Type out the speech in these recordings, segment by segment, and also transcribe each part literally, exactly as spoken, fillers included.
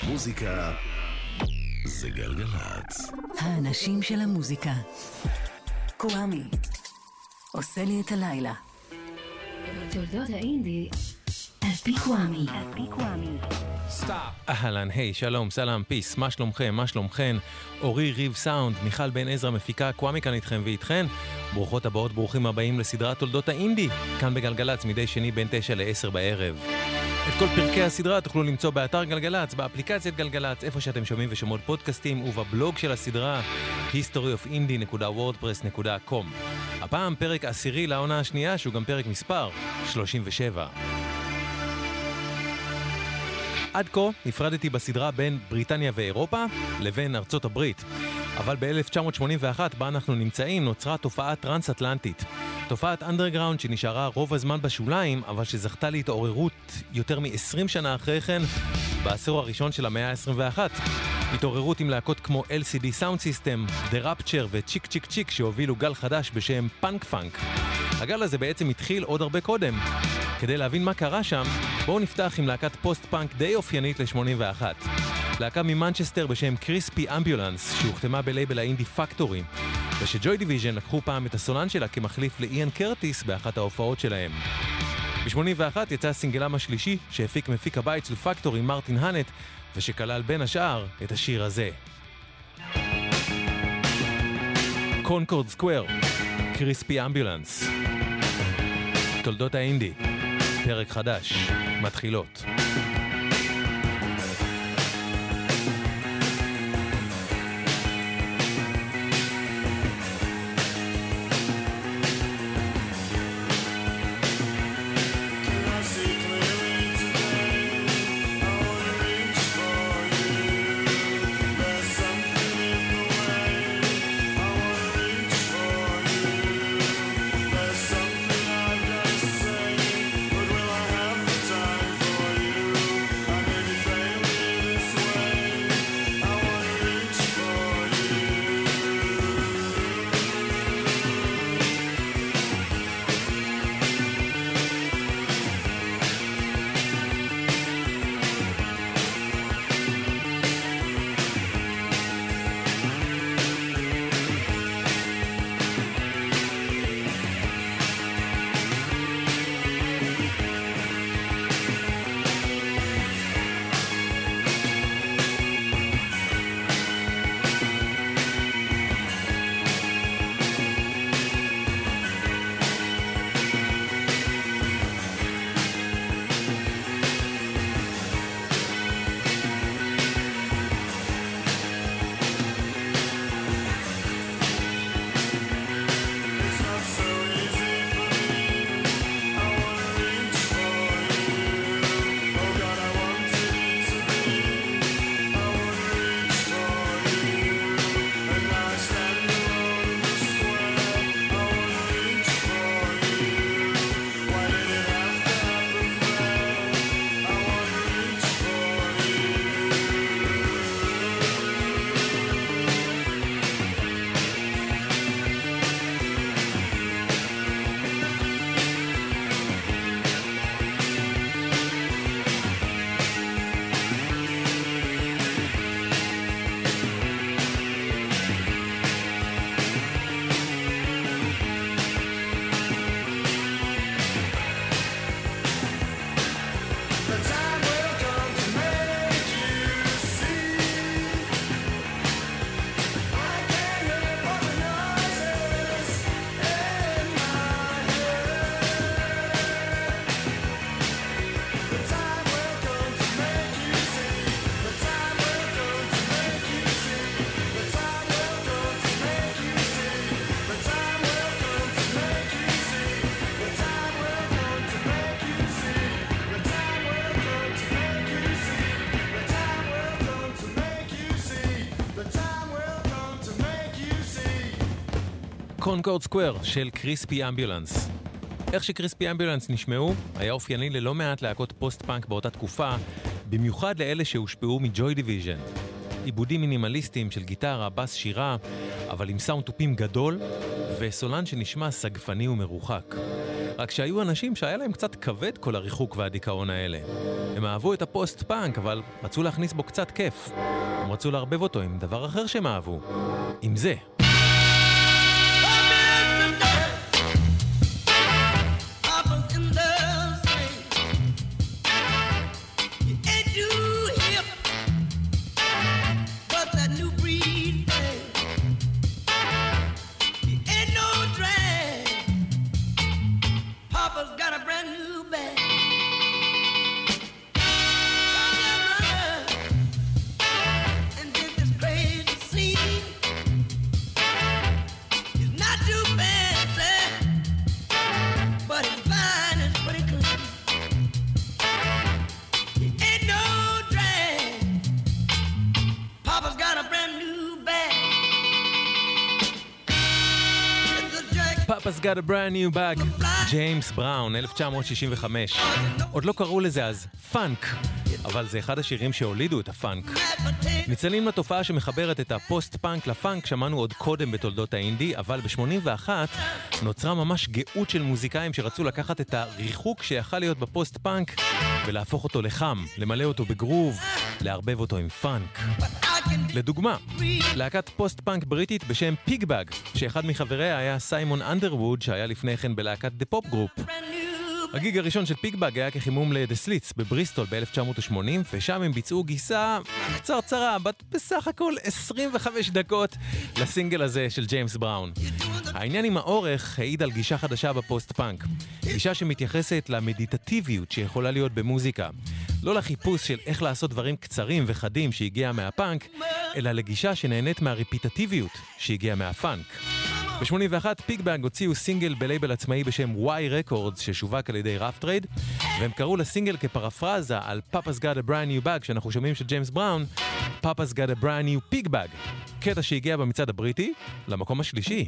מוזיקה זה גלגלצ. האנשים של המוזיקה. קוואמי עושה לי את הלילה. תולדות האינדי על פי קוואמי. אהלן, היי, שלום, סלאם, פיס, מה שלומכם, מה שלומכן? אורי ריב סאונד, מיכל בן עזרא מפיקה, קוואמי כאן איתכם ואיתכן. ברוכות הבאות, ברוכים הבאים לסדרת תולדות האינדי, כאן בגלגלצ מדי שני בין תשע לעשר בערב. את כל פרקי הסדרה תוכלו למצוא באתר גלגלצ, באפליקציית גלגלצ, איפה שאתם שומעים ושומעות פודקאסטים, ובבלוג של הסדרה היסטורי אוף אינדי דוט וורדפרס דוט קום. הפעם פרק עשירי לעונה השנייה, שהוא גם פרק מספר שלושים ושבע. עד כה נפרדתי בסדרה בין בריטניה ואירופה לבין ארצות הברית. אבל ב-אלף תשע מאות שמונים ואחת, בה אנחנו נמצאים, נוצרה תופעה טרנס-אטלנטית. תופעת אנדרגראונד שנשארה רוב הזמן בשוליים, אבל שזכתה להתעוררות יותר מ-עשרים שנה אחרי כן, בעשור הראשון של המאה ה-עשרים ואחת. התעוררות עם להקות כמו אל סי די Sound System, The Rapture וצ'יק צ'יק צ'יק שהובילו גל חדש בשם פאנק פאנק. הגל הזה בעצם התחיל עוד הרבה קודם. כדי להבין מה קרה שם, בואו נפתח עם להקת פוסט-פאנק די אופיינית ל-שמונים ואחת. להקה ממנצ'סטר בשם קריספי אמביולנס, שהוחתמה בלייבל האינדי פקטורי, ושג'וי דיוויז'ן לקחו פעם את הסולן שלה כמחליף לאיאן קרטיס באחת ההופעות שלהם. ב-שמונים ואחת יצא הסינגלם השלישי שהפיק מפיק הבית של פקטורי מרטין הנט, ושכלל בין השאר את השיר הזה. קונקורד סקוואר, קריספי אמביולנס. תולדות האינדי, פרק חדש, מתחילות. קונקורד סקוואר של קריספי אמביולנס. איך שקריספי אמביולנס נשמעו, היה אופייני ללא מעט להקות פוסט-פאנק באותה תקופה, במיוחד לאלה שהושפעו מג'וי דיוויז'ן. עיבודים מינימליסטיים של גיטרה, בס, שירה, אבל עם סאונד טופים גדול, וסולן שנשמע סגפני ומרוחק. רק שהיו אנשים שהיה להם קצת כבד כל הריחוק והדיכאון האלה. הם אהבו את הפוסט-פאנק, אבל רצו להכניס בו קצת כיף. הם רצו להרבב אותו עם דבר אחר שהם אהבו. עם זה. Papa's got a brand new bag. ג'יימס בראון, אלף תשע מאות שישים וחמש. עוד לא קראו לזה אז פאנק, אבל זה אחד השירים שהולידו את הפאנק. ניצלים לתופעה שמחברת את הפוסט-פאנק לפאנק שמענו עוד קודם בתולדות האינדי, אבל ב-שמונים ואחת נוצרה ממש גאות של מוזיקאים שרצו לקחת את הריחוק שיכל להיות בפוסט-פאנק ולהפוך אותו לחם, למלא אותו בגרוב, להרבב אותו עם פאנק. לדוגמה, להקת פוסט-פאנק בריטית בשם פיגבג, שאחד מחבריה היה סיימון אנדרווד, שהיה לפני כן בלהקת דה פופ גרופ. הגיג הראשון של פיגבג היה כחימום לדה סליטס בבריסטול ב-אלף תשע מאות שמונים, ושם הם ביצעו גיסה קצרצרה, בת בסך הכל עשרים וחמש דקות לסינגל הזה של ג'יימס בראון. העניין עם האורך העיד על גישה חדשה בפוסט-פאנק, גישה שמתייחסת למדיטטיביות שיכולה להיות במוזיקה, לא לחיפוש של איך לעשות דברים קצרים וחדים שהגיע מהפאנק, אלא לגישה שנהנית מהרפיטטיביות שהגיע מהפאנק. ב-שמונים ואחת פיגבג הוציאו סינגל בלייבל עצמאי בשם Y Records ששווק על ידי רף טרייד, והם קראו לסינגל כפרפרזה על Papa's Got a Brand New Bag שאנחנו שומעים של ג'יימס בראון, Papa's Got a Brand New Pig Bag, קטע שהגיע במצעד הבריטי למקום השלישי.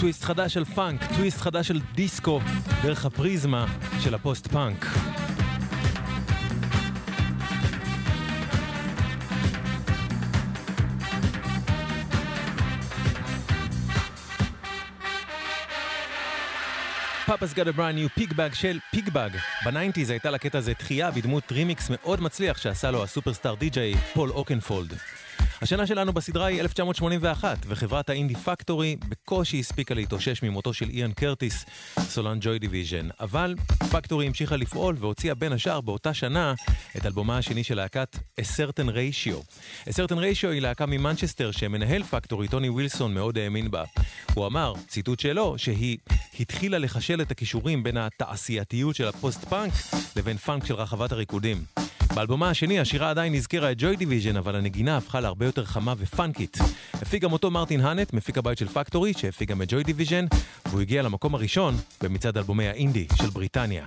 טוויסט חדש של פאנק, טוויסט חדש של דיסקו, דרך הפריזמה של הפוסט-פאנק. Papa's Got a Brand New Pigbag של פיגבג. בניינטיז הייתה לקטע הזה תחייה בדמות רימיקס מאוד מצליח שעשה לו הסופרסטאר די-ג'יי פול אוקנפולד. השנה שלנו בסדרה היא אלף תשע מאות שמונים ואחת, וחברת האינדי פקטורי בקושי הספיקה להתאושש ממותו של איאן קרטיס, סולן ג'וי דיוויז'ן. אבל פקטורי המשיכה לפעול והוציאה בין השאר באותה שנה את אלבומה השני של להקת A Certain Ratio. A Certain Ratio היא להקה ממנצ'סטר שמנהל פקטורי, טוני ווילסון, מאוד האמין בה. הוא אמר, ציטוט שלו, שהיא התחילה לחשל את הכישורים בין התעשייתיות של הפוסט-פאנק לבין פאנק של רחבת הריקודים. באלבומה השני השירה עדיין נזכרה את ג'וי דיוויז'ן, אבל הנגינה הפכה להרבה יותר חמה ופאנקית. הפיק גם אותו מרטין הנט, מפיק הבית של פקטורי, שהפיק גם את ג'וי דיוויז'ן, והוא הגיע למקום הראשון במצעד אלבומי האינדי של בריטניה.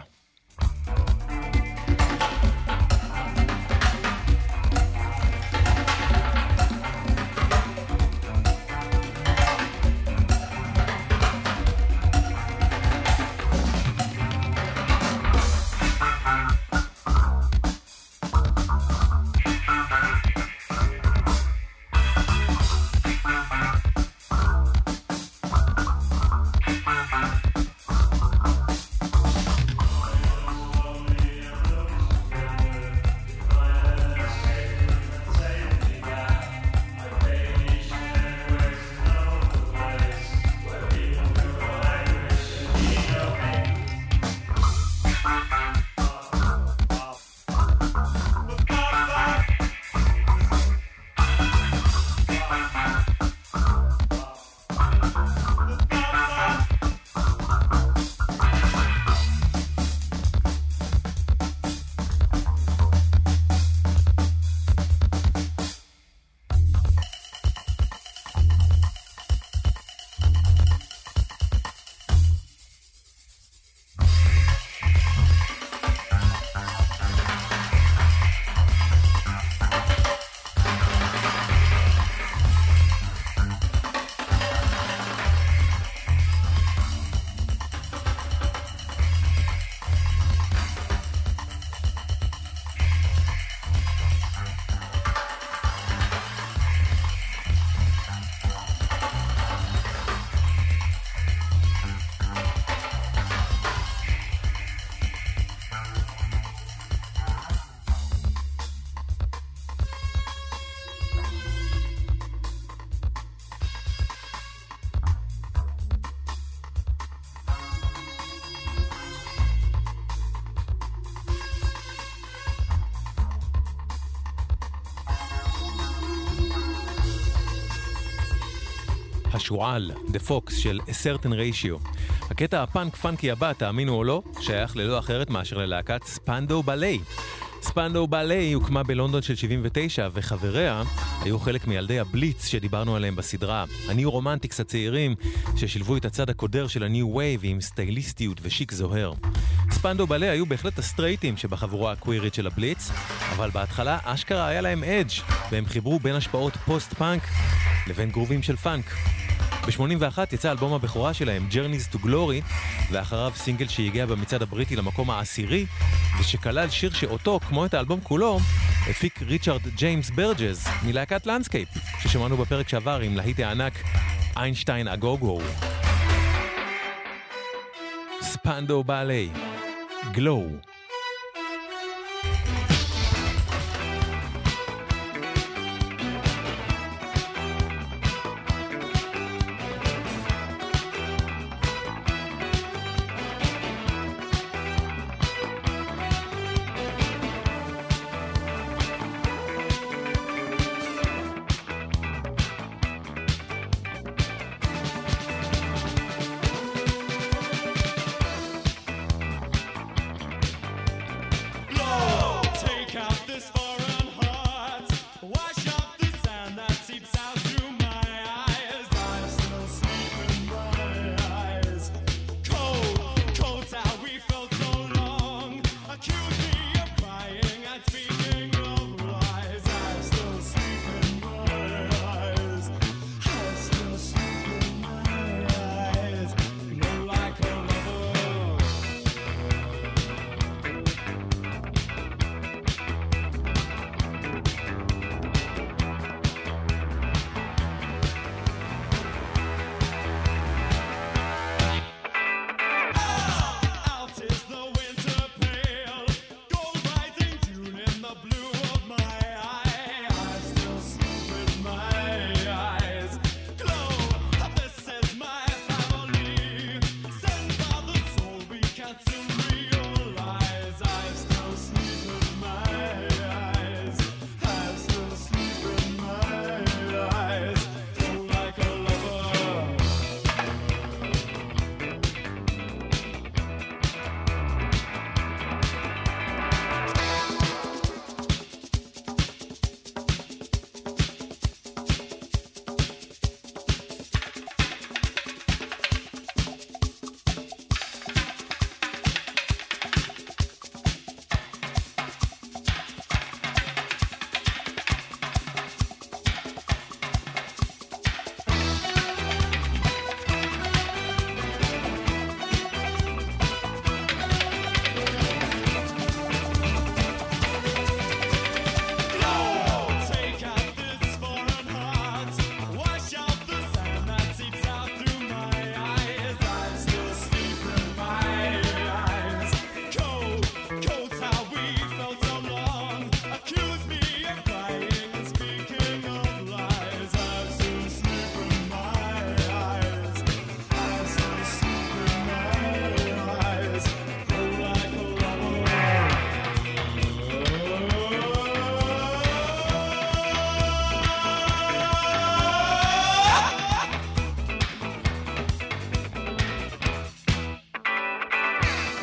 השועל, The Fox של A Certain Ratio. הקטע הפאנק פאנקי הבא, תאמינו או לא, שייך ללא אחרת מאשר ללהקת ספנדו בלי. ספנדו בלי הוקמה בלונדון של שבעים ותשע, וחבריה היו חלק מילדי הבליץ שדיברנו עליהם בסדרה. הניו רומנטיקס הצעירים ששילבו את הצד הקודר של הניו וייב עם סטייליסטיות ושיק זוהר. ספנדו בלי היו בהחלט הסטרייטים שבחבורה הקווירית של הבליץ, אבל בהתחלה אשכרה היה להם אדג' והם חיברו בין השפעות פוסט-פאנק לבין גרובים של פאנק. ב-שמונים ואחת יצא אלבום הבכורה שלהם, Journeys to Glory, ואחריו סינגל שהגיע במצעד הבריטי למקום העשירי, ושכלל שיר שאותו, כמו את האלבום כולו, הפיק ריצ'רד ג'יימס ברג'ז מלהקת לנדסקייפ, ששמענו בפרק שעבר עם להיט הענק איינשטיין אגוגו. ספנדו בלי, גלו.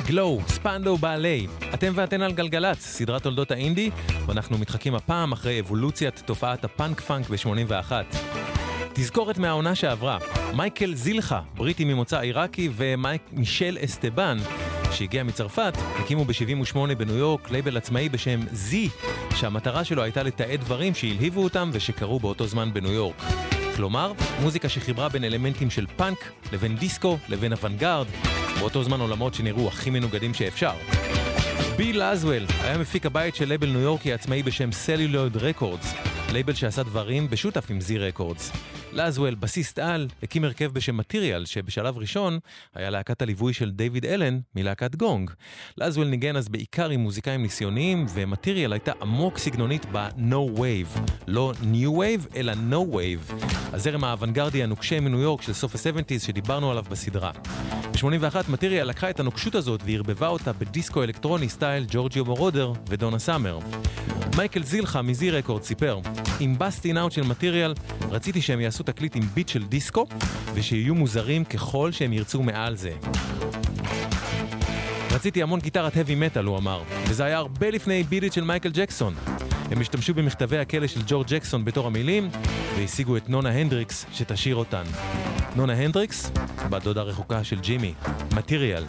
גלו, ספנדו בעלי. אתם ואתן על גלגלץ, סדרת תולדות האינדי, ואנחנו מתחקים הפעם אחרי אבולוציית תופעת הפאנק פאנק ב-שמונים ואחת. תזכורת מהעונה שעברה, מייקל זילחה, בריטי ממוצא עיראקי, ומישל אסטבן, שהגיע מצרפת, הקימו ב-שבעים ושמונה בניו יורק לייבל עצמאי בשם זי, שהמטרה שלו הייתה לתעד דברים שהלהיבו אותם ושקרו באותו זמן בניו יורק. כלומר, מוזיקה שחיברה בין אלמנטים של פאנק לבין דיסקו לבין אוונגרד, באותו זמן עולמות שנראו הכי מנוגדים שאפשר. ביל לזוול היה מפיק הבית של לייבל ניו יורקי עצמאי בשם סלולויד רקורדס, לייבל שעשה דברים בשותף עם זי רקורדס. לזוול, בסיסט על, הקים הרכב בשם מטריאל, שבשלב ראשון היה להקת הליווי של דיוויד אלן מלהקת גונג. לזוול ניגן אז בעיקר עם מוזיקאים ניסיוניים, ומטריאל הייתה עמוק סגנונית ב-No Wave. לא New Wave, אלא No Wave. הזרם האוונגרדי הנוקשה מניו יורק של סוף ה-שבעים שדיברנו עליו בסדרה. ב-שמונים ואחת מטריאל לקחה את הנוקשות הזאת והרבבה אותה בדיסקו אלקטרוני סטייל ג'ורג'יו מורודר ודונה סאמר. מייקל זילחה מזי רקורד סיפר, עם בסטין אאוט של מטריאל רציתי שהם יעשו תקליט עם ביט של דיסקו ושיהיו מוזרים ככל שהם ירצו מעל זה. רציתי המון גיטרת heavy metal, הוא אמר, וזה היה הרבה לפני ביט של מייקל ג'קסון. הם השתמשו במכתבי הכלא של ג'ורג' ג'קסון בתור המילים והשיגו את נונה הנדריקס שתשיר אותן. נונה הנדריקס, בדודה רחוקה של ג'ימי, מטריאל.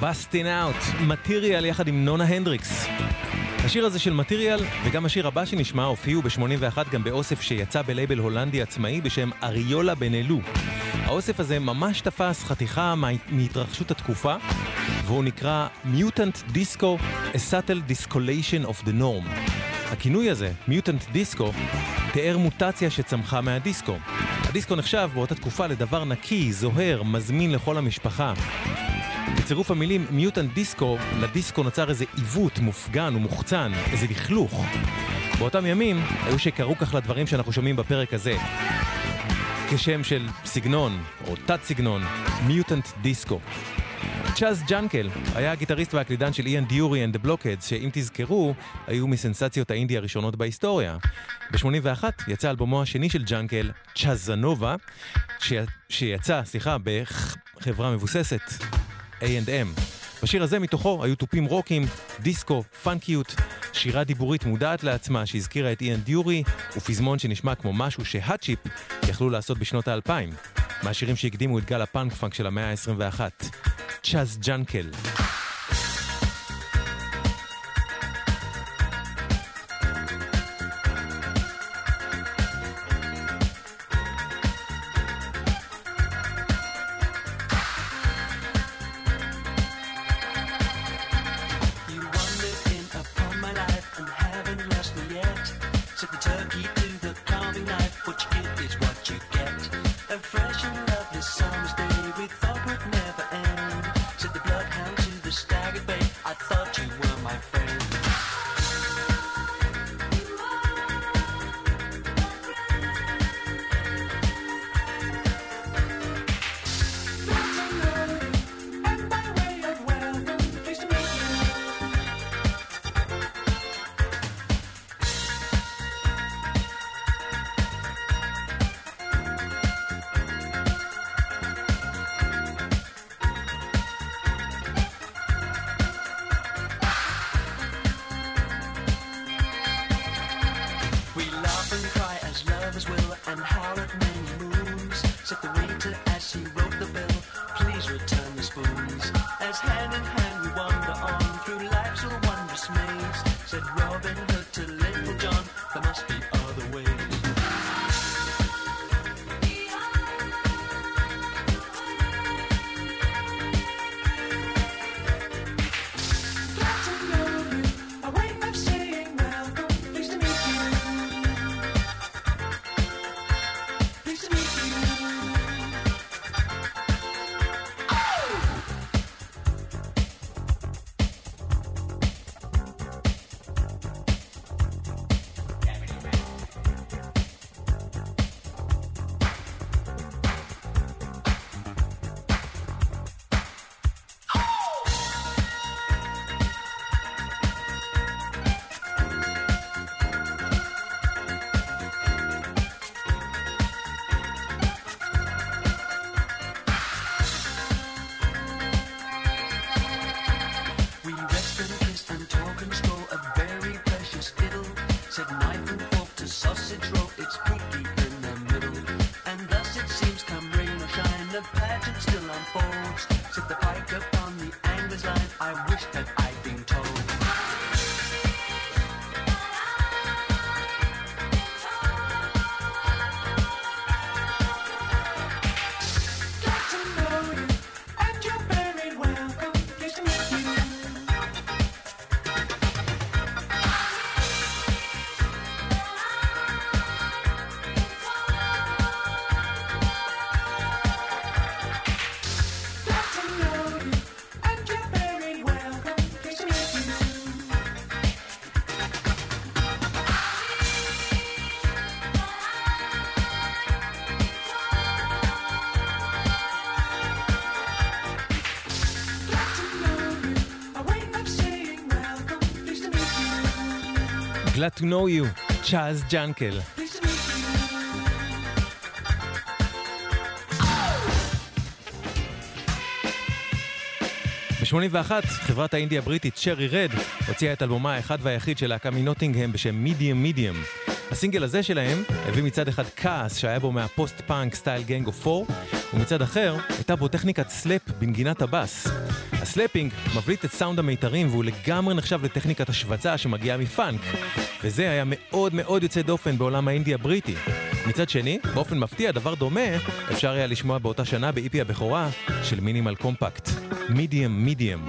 Bustin' Out, מטריאל יחד עם נונה הנדריקס. השיר הזה של מטריאל וגם השיר הבא שנשמע הופיעו ב-שמונים ואחת גם באוסף שיצא בלייבל הולנדי עצמאי בשם אריולה בנלו. האוסף הזה ממש תפס חתיכה מהתרחשות התקופה, והוא נקרא Mutant Disco, A Subtle Discolation of the Norm. הכינוי הזה, Mutant Disco, תיאר מוטציה שצמחה מהדיסקו. הדיסקו נחשב באותה תקופה לדבר נקי, זוהר, מזמין לכל המשפחה. בצירוף המילים מיוטנט דיסקו, לדיסקו נוצר איזה עיוות מופגן ומוחצן, איזה לכלוך. באותם ימים היו שקראו כך לדברים שאנחנו שומעים בפרק הזה, כשם של סגנון או תת סגנון, מיוטנט דיסקו. צ'אז ג'אנקל היה הגיטריסט והקלידן של איאן דיורי and the Blockheads, שאם תזכרו, היו מסנסציות האינדי הראשונות בהיסטוריה. ב-שמונים ואחת יצא אלבומו השני של ג'אנקל, צ'אזנובה, ש... שיצא, סליחה, בחברה מבוססת, איי אנד אם. בשיר הזה מתוכו היו טופים רוקים, דיסקו, פאנקיות, שירה דיבורית מודעת לעצמה שהזכירה את איאן דיורי, ופזמון שנשמע כמו משהו שהצ'יפ יכלו לעשות בשנות האלפיים, מהשירים שהקדימו את גל הפאנק פאנק של המאה ה-עשרים ואחת. צ'אז ג'אנקל. Glad to know you, צ'אז ג'אנקל. ב-שמונים ואחת חברת האינדי הבריטית שרי רד הוציאה את אלבומה האחד והיחיד של להקה מנוטינגהם בשם מידיום מידיום. הסינגל הזה שלהם הביא מצד אחד כעס שהיה בו מהפוסט-פאנק סטייל גנג אוף פור, ומצד אחר הייתה בו טכניקת סלאפ בנגינת הבאס. הסלאפינג מבליט את סאונד המיתרים והוא לגמרי נחשב לטכניקת השבצה שמגיעה מפאנק, וזה היה מאוד מאוד יוצא דופן בעולם האינדי הבריטי. מצד שני, באופן מפתיע, דבר דומה אפשר היה לשמוע באותה שנה ב-אי פי הבכורה של מינימל קומפקט, מידיום מידיום.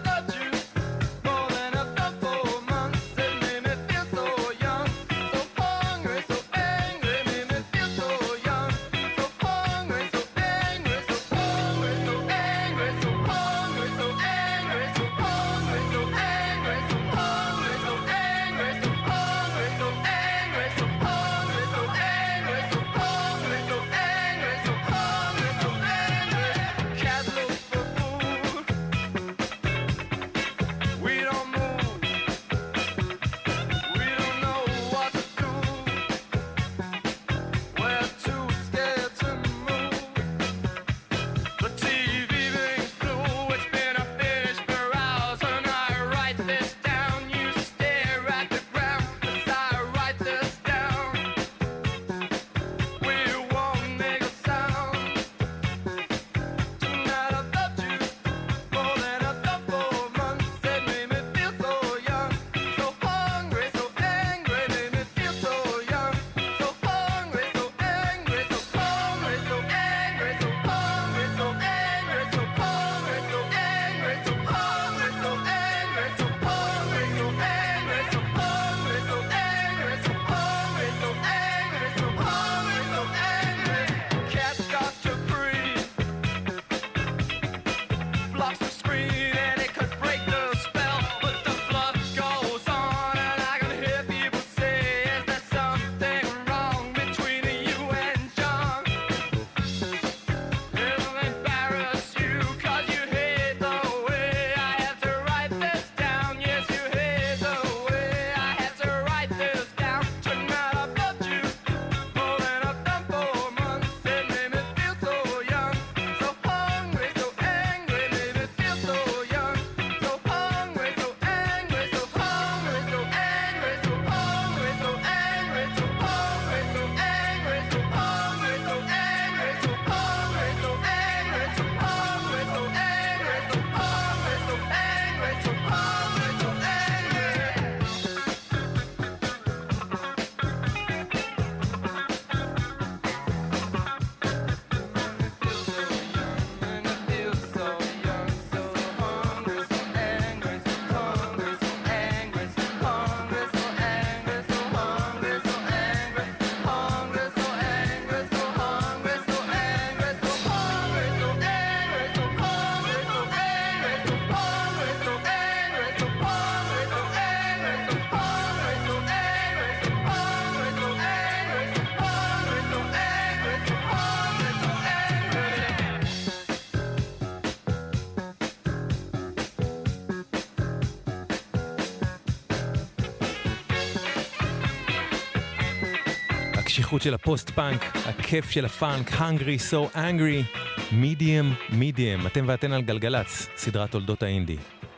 הקשיחות של הפוסט-פאנק, הכיף של הפאנק, hungry so angry, medium medium. אתם ואתן על גלגלץ, סדרת תולדות האינדי.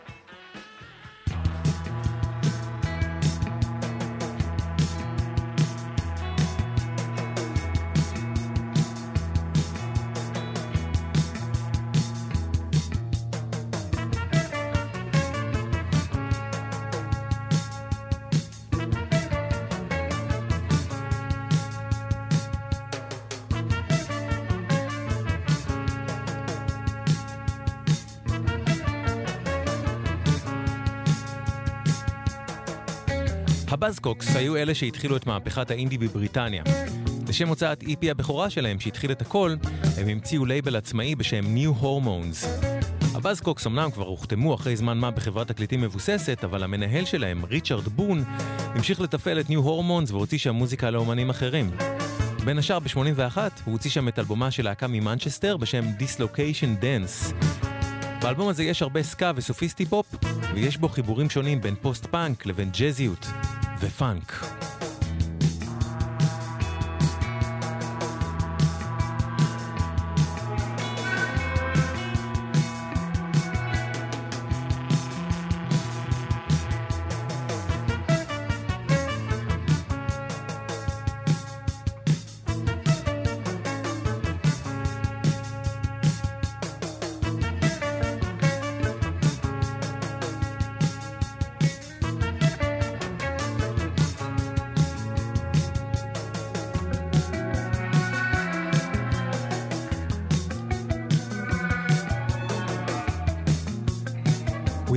הבאזקוקס היו אלה שהתחילו את מהפכת האינדי בבריטניה. לשם הוצאת אי פי הבכורה שלהם שהתחיל את הכל, הם המציאו לייבל עצמאי בשם New Hormones. הבאזקוקס אמנם כבר הוחתמו אחרי זמן מה בחברת תקליטים מבוססת, אבל המנהל שלהם, ריצ'רד בון, המשיך לתפעל את New Hormones והוציא שם מוזיקה לאומנים אחרים. בין השאר ב-שמונים ואחת הוא הוציא שם את אלבומה של להקה ממנצ'סטר בשם Dislocation Dance. באלבום הזה יש הרבה סקה וסופיסטי פופ, ויש בו חיבורים שונים בין פוסט-פאנק לבין ג'זיות ופאנק.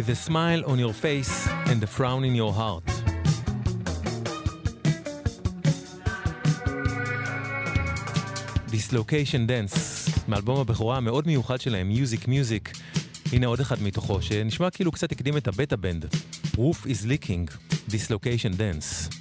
with a smile on your face and a frown in your heart. Dislocation Dance, מאלבום הבכורה המאוד מיוחד שלהם, Music Music. הנה עוד אחד מתוכו, שנשמע כאילו קצת הקדים את הבטה בנד. Roof is leaking, Dislocation Dance.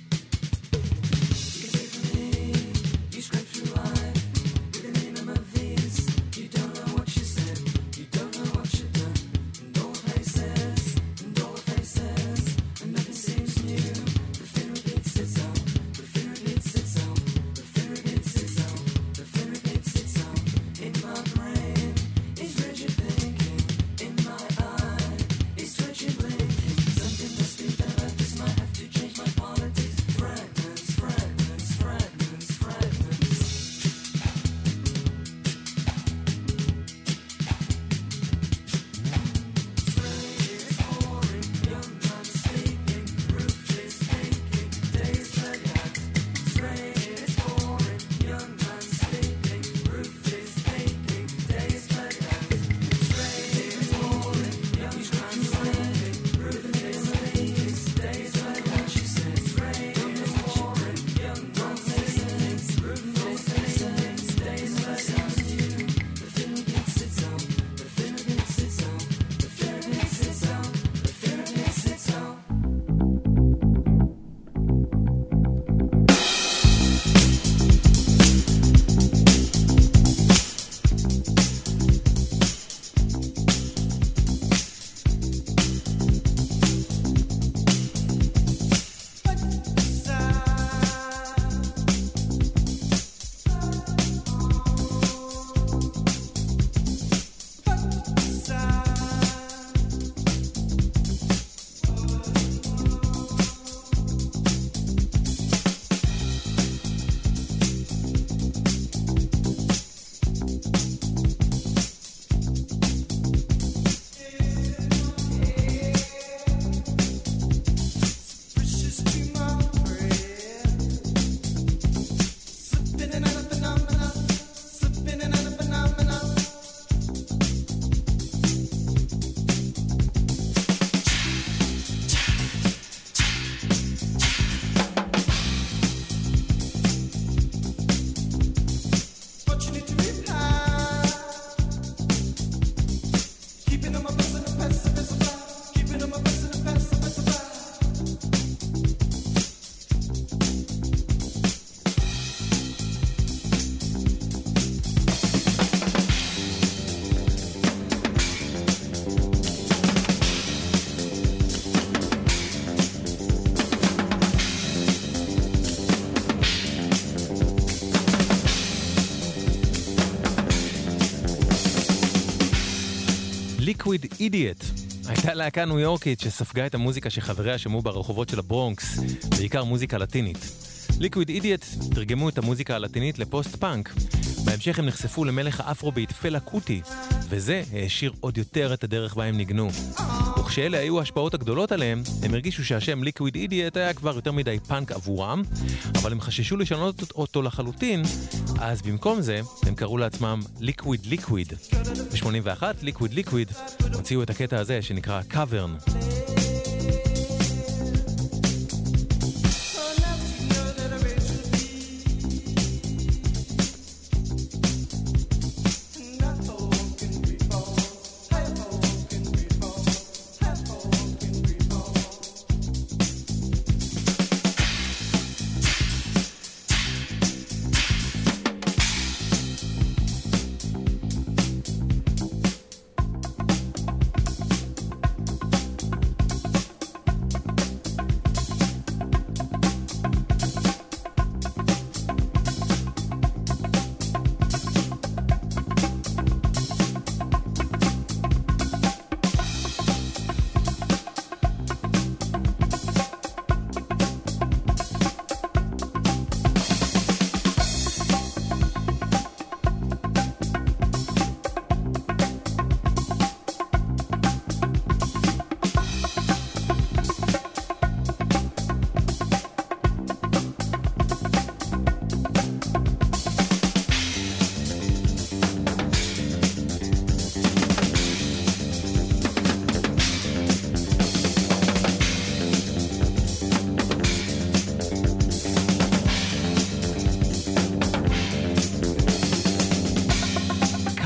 Liquid Idiot הייתה להקה ניו יורקית שספגה את המוזיקה שחבריה שמעו ברחובות של הברונקס, בעיקר מוזיקה לטינית. Liquid Idiot תרגמו את המוזיקה הלטינית לפוסט פאנק. בהמשך הם נחשפו למלך האפרוביט פלה קוטי, וזה העשיר עוד יותר את הדרך בה הם ניגנו. וכשאלה היו ההשפעות הגדולות עליהם, הם הרגישו שהשם Liquid Idiot היה כבר יותר מדי פאנק עבורם, אבל הם חששו לשנות אותו לחלוטין, אז במקום זה הם קראו לעצמם Liquid Liquid. ב-שמונים ואחת Liquid Liquid הוציאו את הקטע הזה שנקרא Cavern.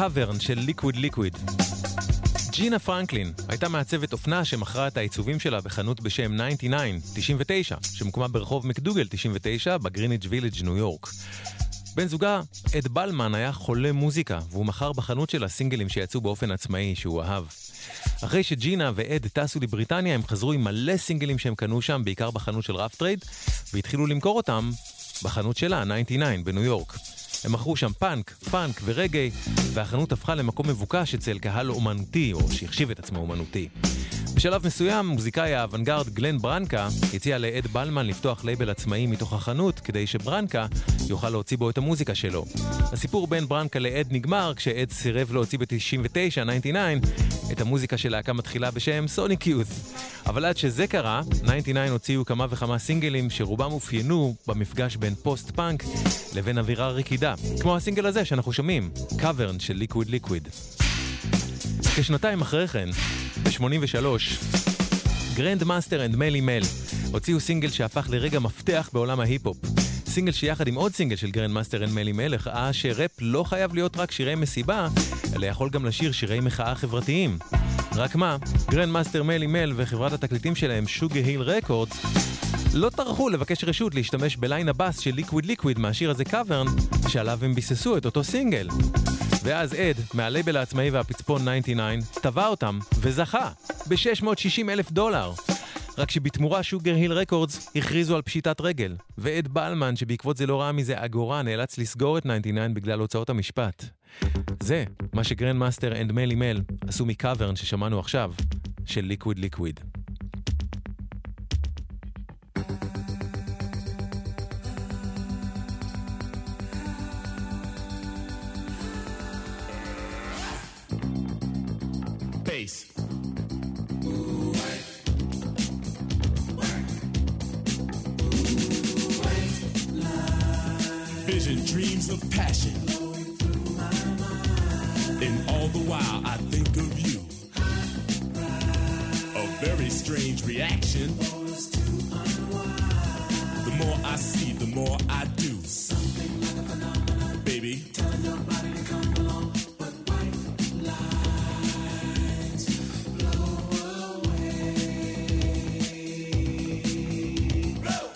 קאברן של ליקוויד ליקוויד. ג'ינה פרנקלין הייתה מעצבת אופנה שמכרה את העיצובים שלה בחנות בשם תשעים ותשע, שמוקמה ברחוב מקדוגל תשעים ותשע בגריניץ' וילג' ניו יורק. בן זוגה, אד בלמן, היה חולה מוזיקה, והוא מכר בחנות שלה סינגלים שיצאו באופן עצמאי שהוא אהב. אחרי שג'ינה ואד טסו לבריטניה, הם חזרו עם מלא סינגלים שהם קנו שם, בעיקר בחנות של רף טרייד, והתחילו למכור אותם בחנות שלה, תשעים ותשע, בניו יורק. הם מכרו שם פאנק, פאנק ורגעי, והחנות הפכה למקום מבוקש אצל קהל אומנותי, או שהחשיב את עצמו אומנותי. בשלב מסוים, מוזיקאי האוונגרד גלן ברנקה הציע לאד בלמן לפתוח לייבל עצמאי מתוך החנות, כדי שברנקה יוכל להוציא בו את המוזיקה שלו. הסיפור בין ברנקה לאד נגמר כשאד סירב להוציא ב-תשעים ותשע, תשעים ותשע, את המוזיקה של להקה מתחילה בשם סוניק יות'. אבל עד שזה קרה, תשעים ותשע הוציאו כמה וכמה סינגלים שרובם אופיינו במפגש בין פוסט פאנק לבין אווירה רקידה, כמו הסינגל הזה שאנחנו שומעים, קאברן של ליקוויד ליקוויד. כשנתיים אחרי כן, ב-שמונים ושלוש, גרנד מאסטר אנד מלי מל הוציאו סינגל שהפך לרגע מפתח בעולם ההיפ-הופ. סינגל שיחד עם עוד סינגל של גרנד מאסטר אנד מלי מל הראה שראפ לא חייב להיות רק שירי מסיבה, אלא יכול גם לשיר שירי מחאה חברתיים. רק מה, גרנד מאסטר מלי מל וחברת התקליטים שלהם שוגר היל רקורדס לא טרחו לבקש רשות להשתמש בליין הבאס של ליקוויד ליקוויד מהשיר הזה קאברן, שעליו הם ביססו את אותו סינגל. ואז אד, מהלייבל העצמאי והפצפון תשעים ותשע, טבע אותם וזכה ב-שש מאות ושישים אלף דולר. רק שבתמורה שוגר היל רקורדס הכריזו על פשיטת רגל, ואד בלמן, שבעקבות זה לא ראה מזה אגורה, נאלץ לסגור את תשעים ותשע בגלל הוצאות המשפט. זה מה שגרנד מאסטר אנד מלי מל עשו מקאברן ששמענו עכשיו, של ליקוויד ליקוויד. Vision, dreams of passion, and all the while I think of you. A very strange reaction. The more I see, the more I do. Baby, telling your body to come along, but white lines blow away. Blow,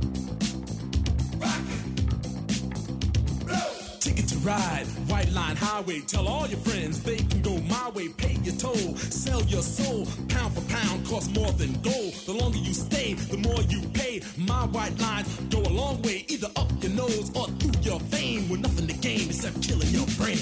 rock it, blow. Ticket to ride, white line highway. Tell all your friends they can go my way. Pay your toll, sell your soul. Pound for pound, costs more than gold. The longer you stay, the more you pay. My white lines go a long way, either up your nose or through your vein, with nothing to gain except killing your brain.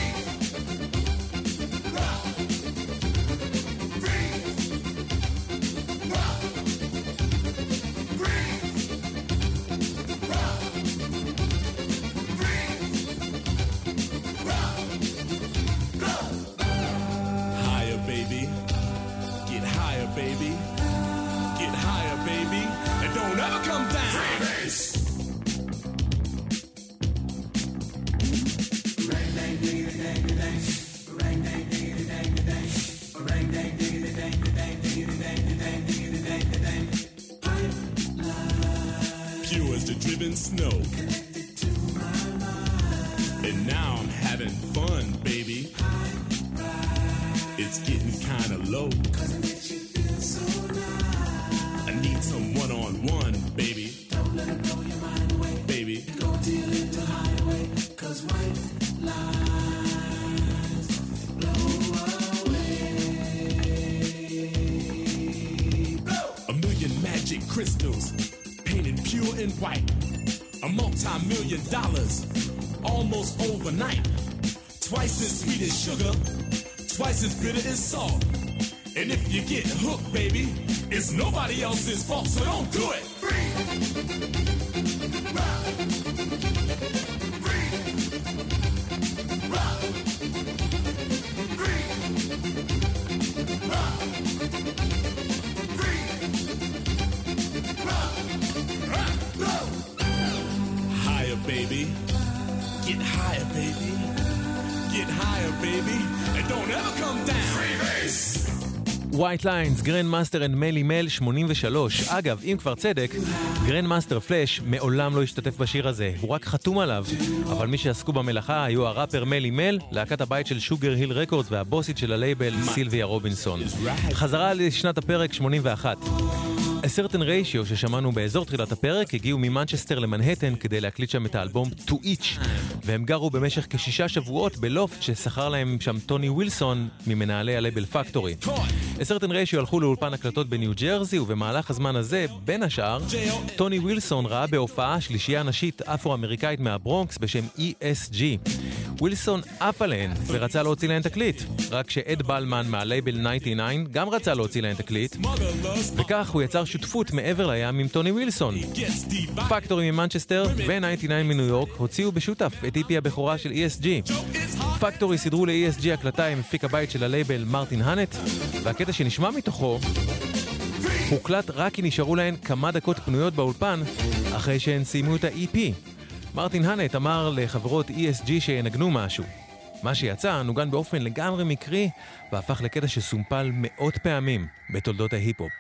Snow. And now I'm having fun, baby. It's getting kinda low. I need some one-on-one, baby. Don't let it blow your mind away, baby. Go deal it to hideaway, cause white lines blow away. Blow. A million magic crystals painted pure and white. A multi-million dollars, almost overnight. Twice as sweet as sugar, twice as bitter as salt. And if you get hooked, baby, it's nobody else's fault, so don't do it. Free. Rock. Free. Rock. Free. Rock. Free. Rock. Rock. Rock. Baby, get higher, baby, get higher, baby, and don't ever come down. Free base. White Lines, Grandmaster and Melly Mel שמונים ושלוש. אגב, אם כבר צדק, Grandmaster Flash מעולם לא השתתף בשיר הזה, הוא רק חתום עליו. אבל מי שעסקו במלאכה היו הראפר מלי מל, להקת הבית של שוגר היל רקורדס והבוסית של הלייבל סילביה רובינסון. חזרה לשנת הפרק שמונים ואחת. A Certain Ratio ששמענו באזור תחילת הפרק הגיעו ממנצ'סטר למנהטן כדי להקליט שם את האלבום To Each, והם גרו במשך כשישה שבועות בלופט ששכר להם שם טוני ווילסון ממנהלי הלייבל פקטורי. A Certain Ratio הלכו לאולפן הקלטות בניו ג'רזי, ובמהלך הזמן הזה, בין השאר, טוני ווילסון ראה בהופעה שלישייה נשית אפרו-אמריקאית מהברונקס בשם E S G. ווילסון אף עליהן ורצה להוציא להן תקליט, רק שאד בלמן מהלייבל תשעים ותשע גם רצה להוציא להן תקליט, וכך הוא יצר שותפות מעבר לים עם טוני ווילסון. פקטורי ממנצ'סטר ו-תשעים ותשע מניו יורק הוציאו בשותף את איפי הבכורה של E S G. פקטורי סידרו ל-E S G הקלטה עם מפיק הבית של הלייבל מרטין הנט, והקטע שנשמע מתוכו הוקלט רק כי נשארו להן כמה דקות פנויות באולפן אחרי שהן סיימו את ה-E P. מרטין הנט אמר לחברות E S G שינגנו משהו. מה שיצא נוגן באופן לגמרי מקרי והפך לקטע שסומפל מאות פעמים בתולדות ההיפ-הופ.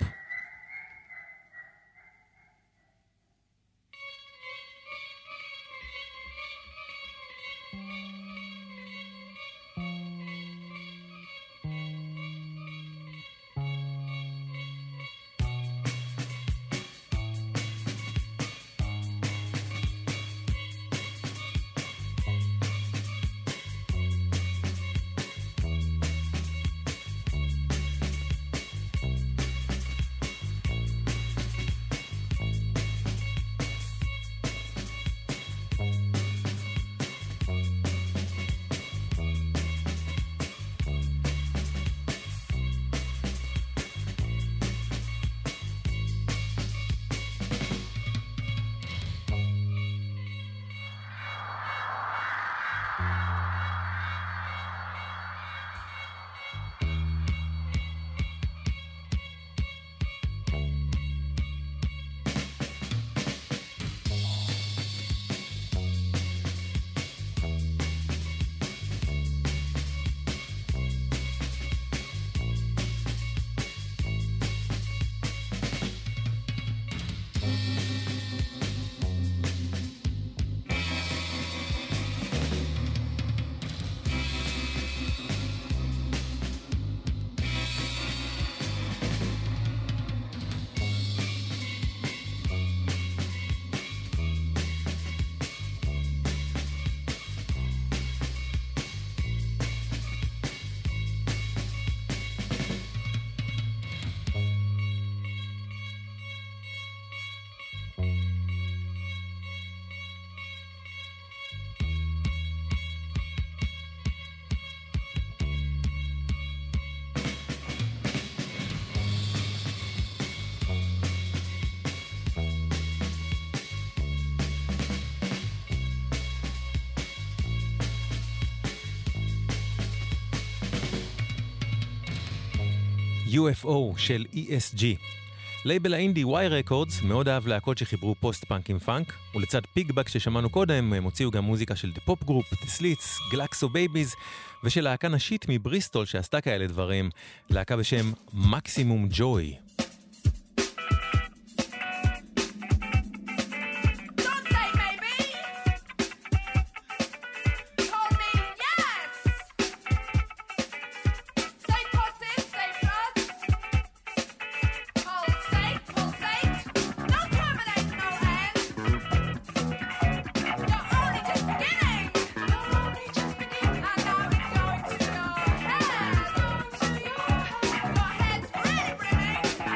U F O של E S G. לייבל האינדי Y Records מאוד אהב להקות שחיברו פוסט-פאנק עם פאנק, ולצד פיגבק ששמענו קודם הם הוציאו גם מוזיקה של The Pop Group, The Slits, Glaxo Babies, ושל להקה נשית מבריסטול שעשתה כאלה דברים, להקה בשם Maximum Joy. Your head's really bringing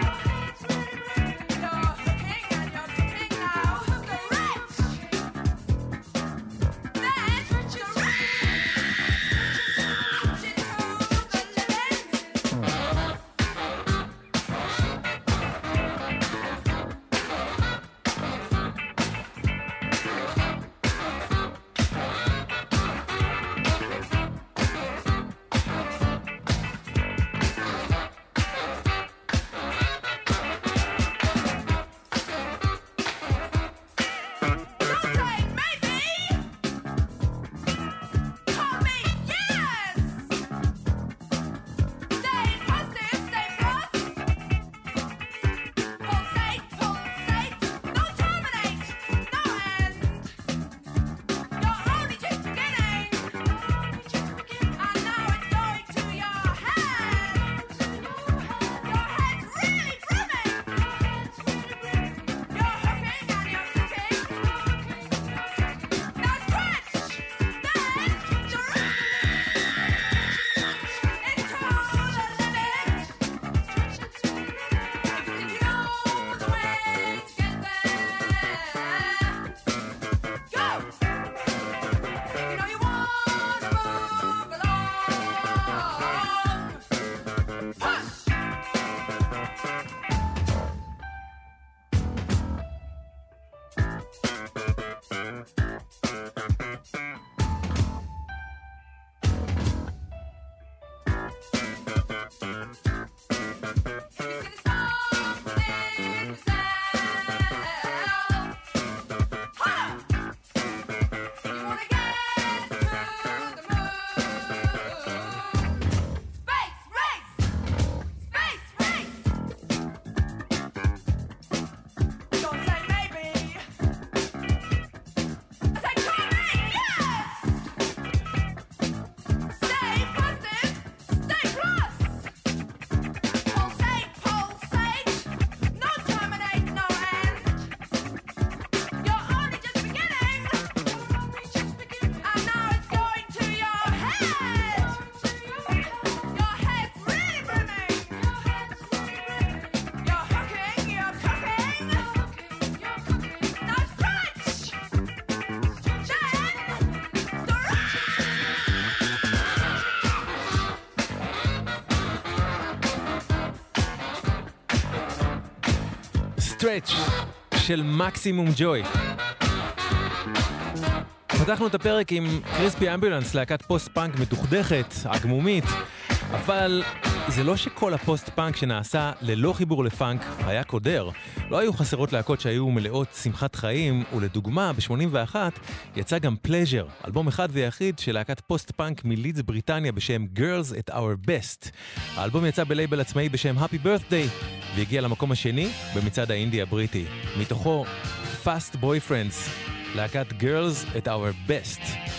Stretch של מקסימום ג'וי. פתחנו את הפרק עם קריספי אמבולנס, להקת פוסט-פאנק מתוכדכת, הגמומית, אבל זה לא שכל הפוסט-פאנק שנעשה ללא חיבור לפאנק היה קודר. לא היו חסרות להקות שהיו מלאות שמחת חיים, ולדוגמה, ב-שמונים ואחת יצא גם פלז'ר, אלבום אחד ויחיד של להקת פוסט-פאנק מלידס בריטניה בשם Girls at Our Best. האלבום יצא בלייבל עצמאי בשם Happy Birthday, והגיע למקום השני במצעד האינדי הבריטי. מתוכו Fast Boyfriends, להקת Girls at Our Best.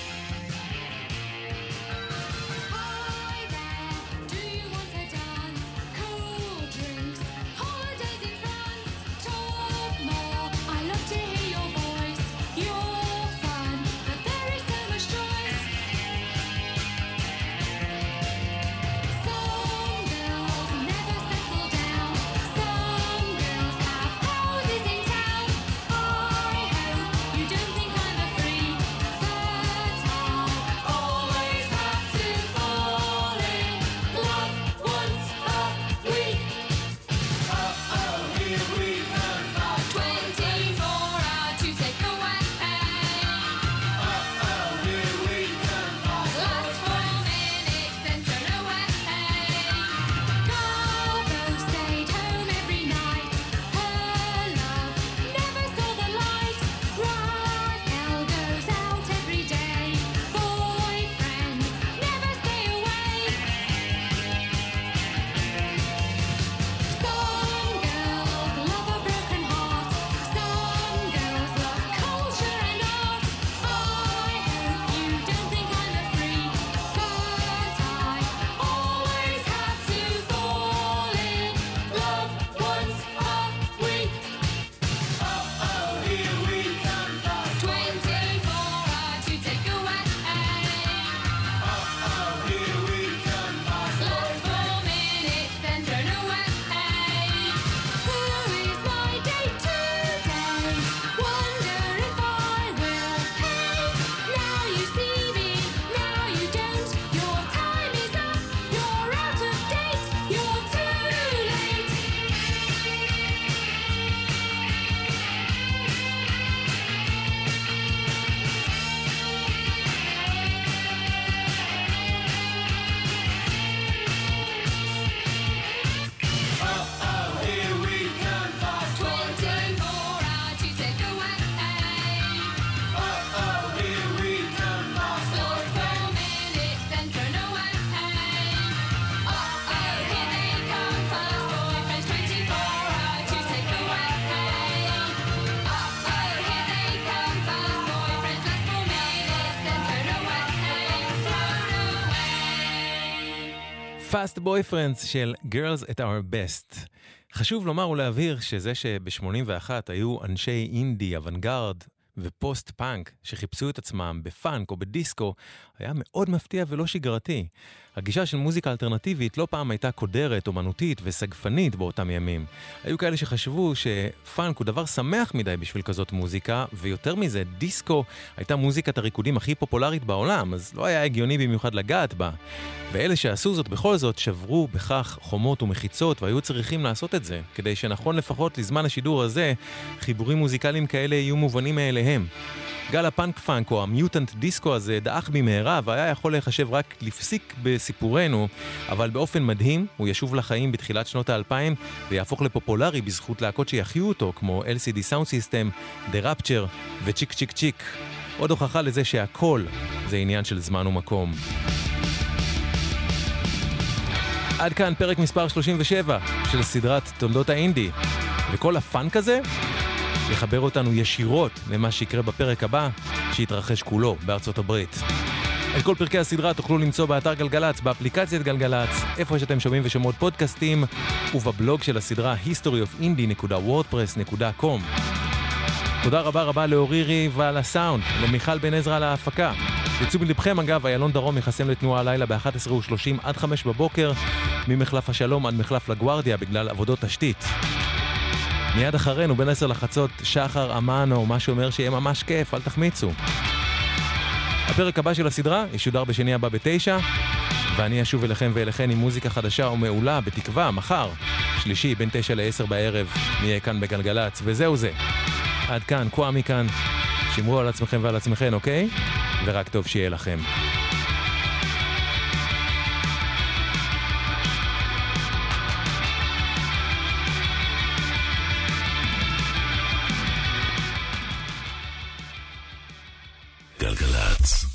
Fast Boyfriends של Girls at Our Best. חשוב לומר ולהבהיר שזה שב-שמונים ואחת היו אנשי אינדי, אוונגרד ופוסט פאנק שחיפשו את עצמם בפאנק או בדיסקו היה מאוד מפתיע ולא שגרתי. הגישה של מוזיקה אלטרנטיבית לא פעם הייתה קודרת, אומנותית וסגפנית באותם ימים. היו כאלה שחשבו שפאנק הוא דבר שמח מדי בשביל כזאת מוזיקה, ויותר מזה, דיסקו הייתה מוזיקת הריקודים הכי פופולרית בעולם, אז לא היה הגיוני במיוחד לגעת בה. ואלה שעשו זאת בכל זאת שברו בכך חומות ומחיצות, והיו צריכים לעשות את זה, כדי שנכון לפחות לזמן השידור הזה, חיבורים מוזיקליים כאלה יהיו מובנים מאליהם. גל הפאנק פאנק או המיוטנט דיסקו הזה דאח במהרה והיה יכול להיחשב רק לפסיק בסיפורנו, אבל באופן מדהים הוא ישוב לחיים בתחילת שנות האלפיים ויהפוך לפופולרי בזכות להקות שיחיו אותו כמו אל סי די Sound System, The Rapture וצ'יק צ'יק צ'יק. עוד הוכחה לזה שהכל זה עניין של זמן ומקום. עד כאן פרק מספר שלושים ושבע של סדרת תולדות האינדי, וכל הפאנק הזה לחבר אותנו ישירות למה שיקרה בפרק הבא שיתרחש כולו בארצות הברית. את כל פרקי הסדרה תוכלו למצוא באתר גלגלץ, באפליקציית גלגלץ, איפה שאתם שומעים ושומעות פודקאסטים, ובבלוג של הסדרה היסטורי אוף אינדי דוט וורדפרס דוט קום. תודה רבה רבה לאורירי ועל הסאונד, למיכל בן עזרא על ההפקה. יצאו בלבכם אגב, איילון דרום יחסם לתנועה הלילה ב-אחת עשרה ושלושים עד חמש בבוקר, ממחלף השלום עד מחלף לגוארדיה בגלל עבודות תשתית. מיד אחרינו בין עשר לחצות שחר אמן או מה שאומר שיהיה ממש כיף, אל תחמיצו. הפרק הבא של הסדרה ישודר בשני הבא בתשע, ואני אשוב אליכם ואליכן עם מוזיקה חדשה ומעולה בתקווה מחר, שלישי בין תשע לעשר בערב נהיה כאן בגלגלץ, וזהו זה. עד כאן, קוואמי כאן. שמרו על עצמכם ועל עצמכם, אוקיי? ורק טוב שיהיה לכם. גלגלץ.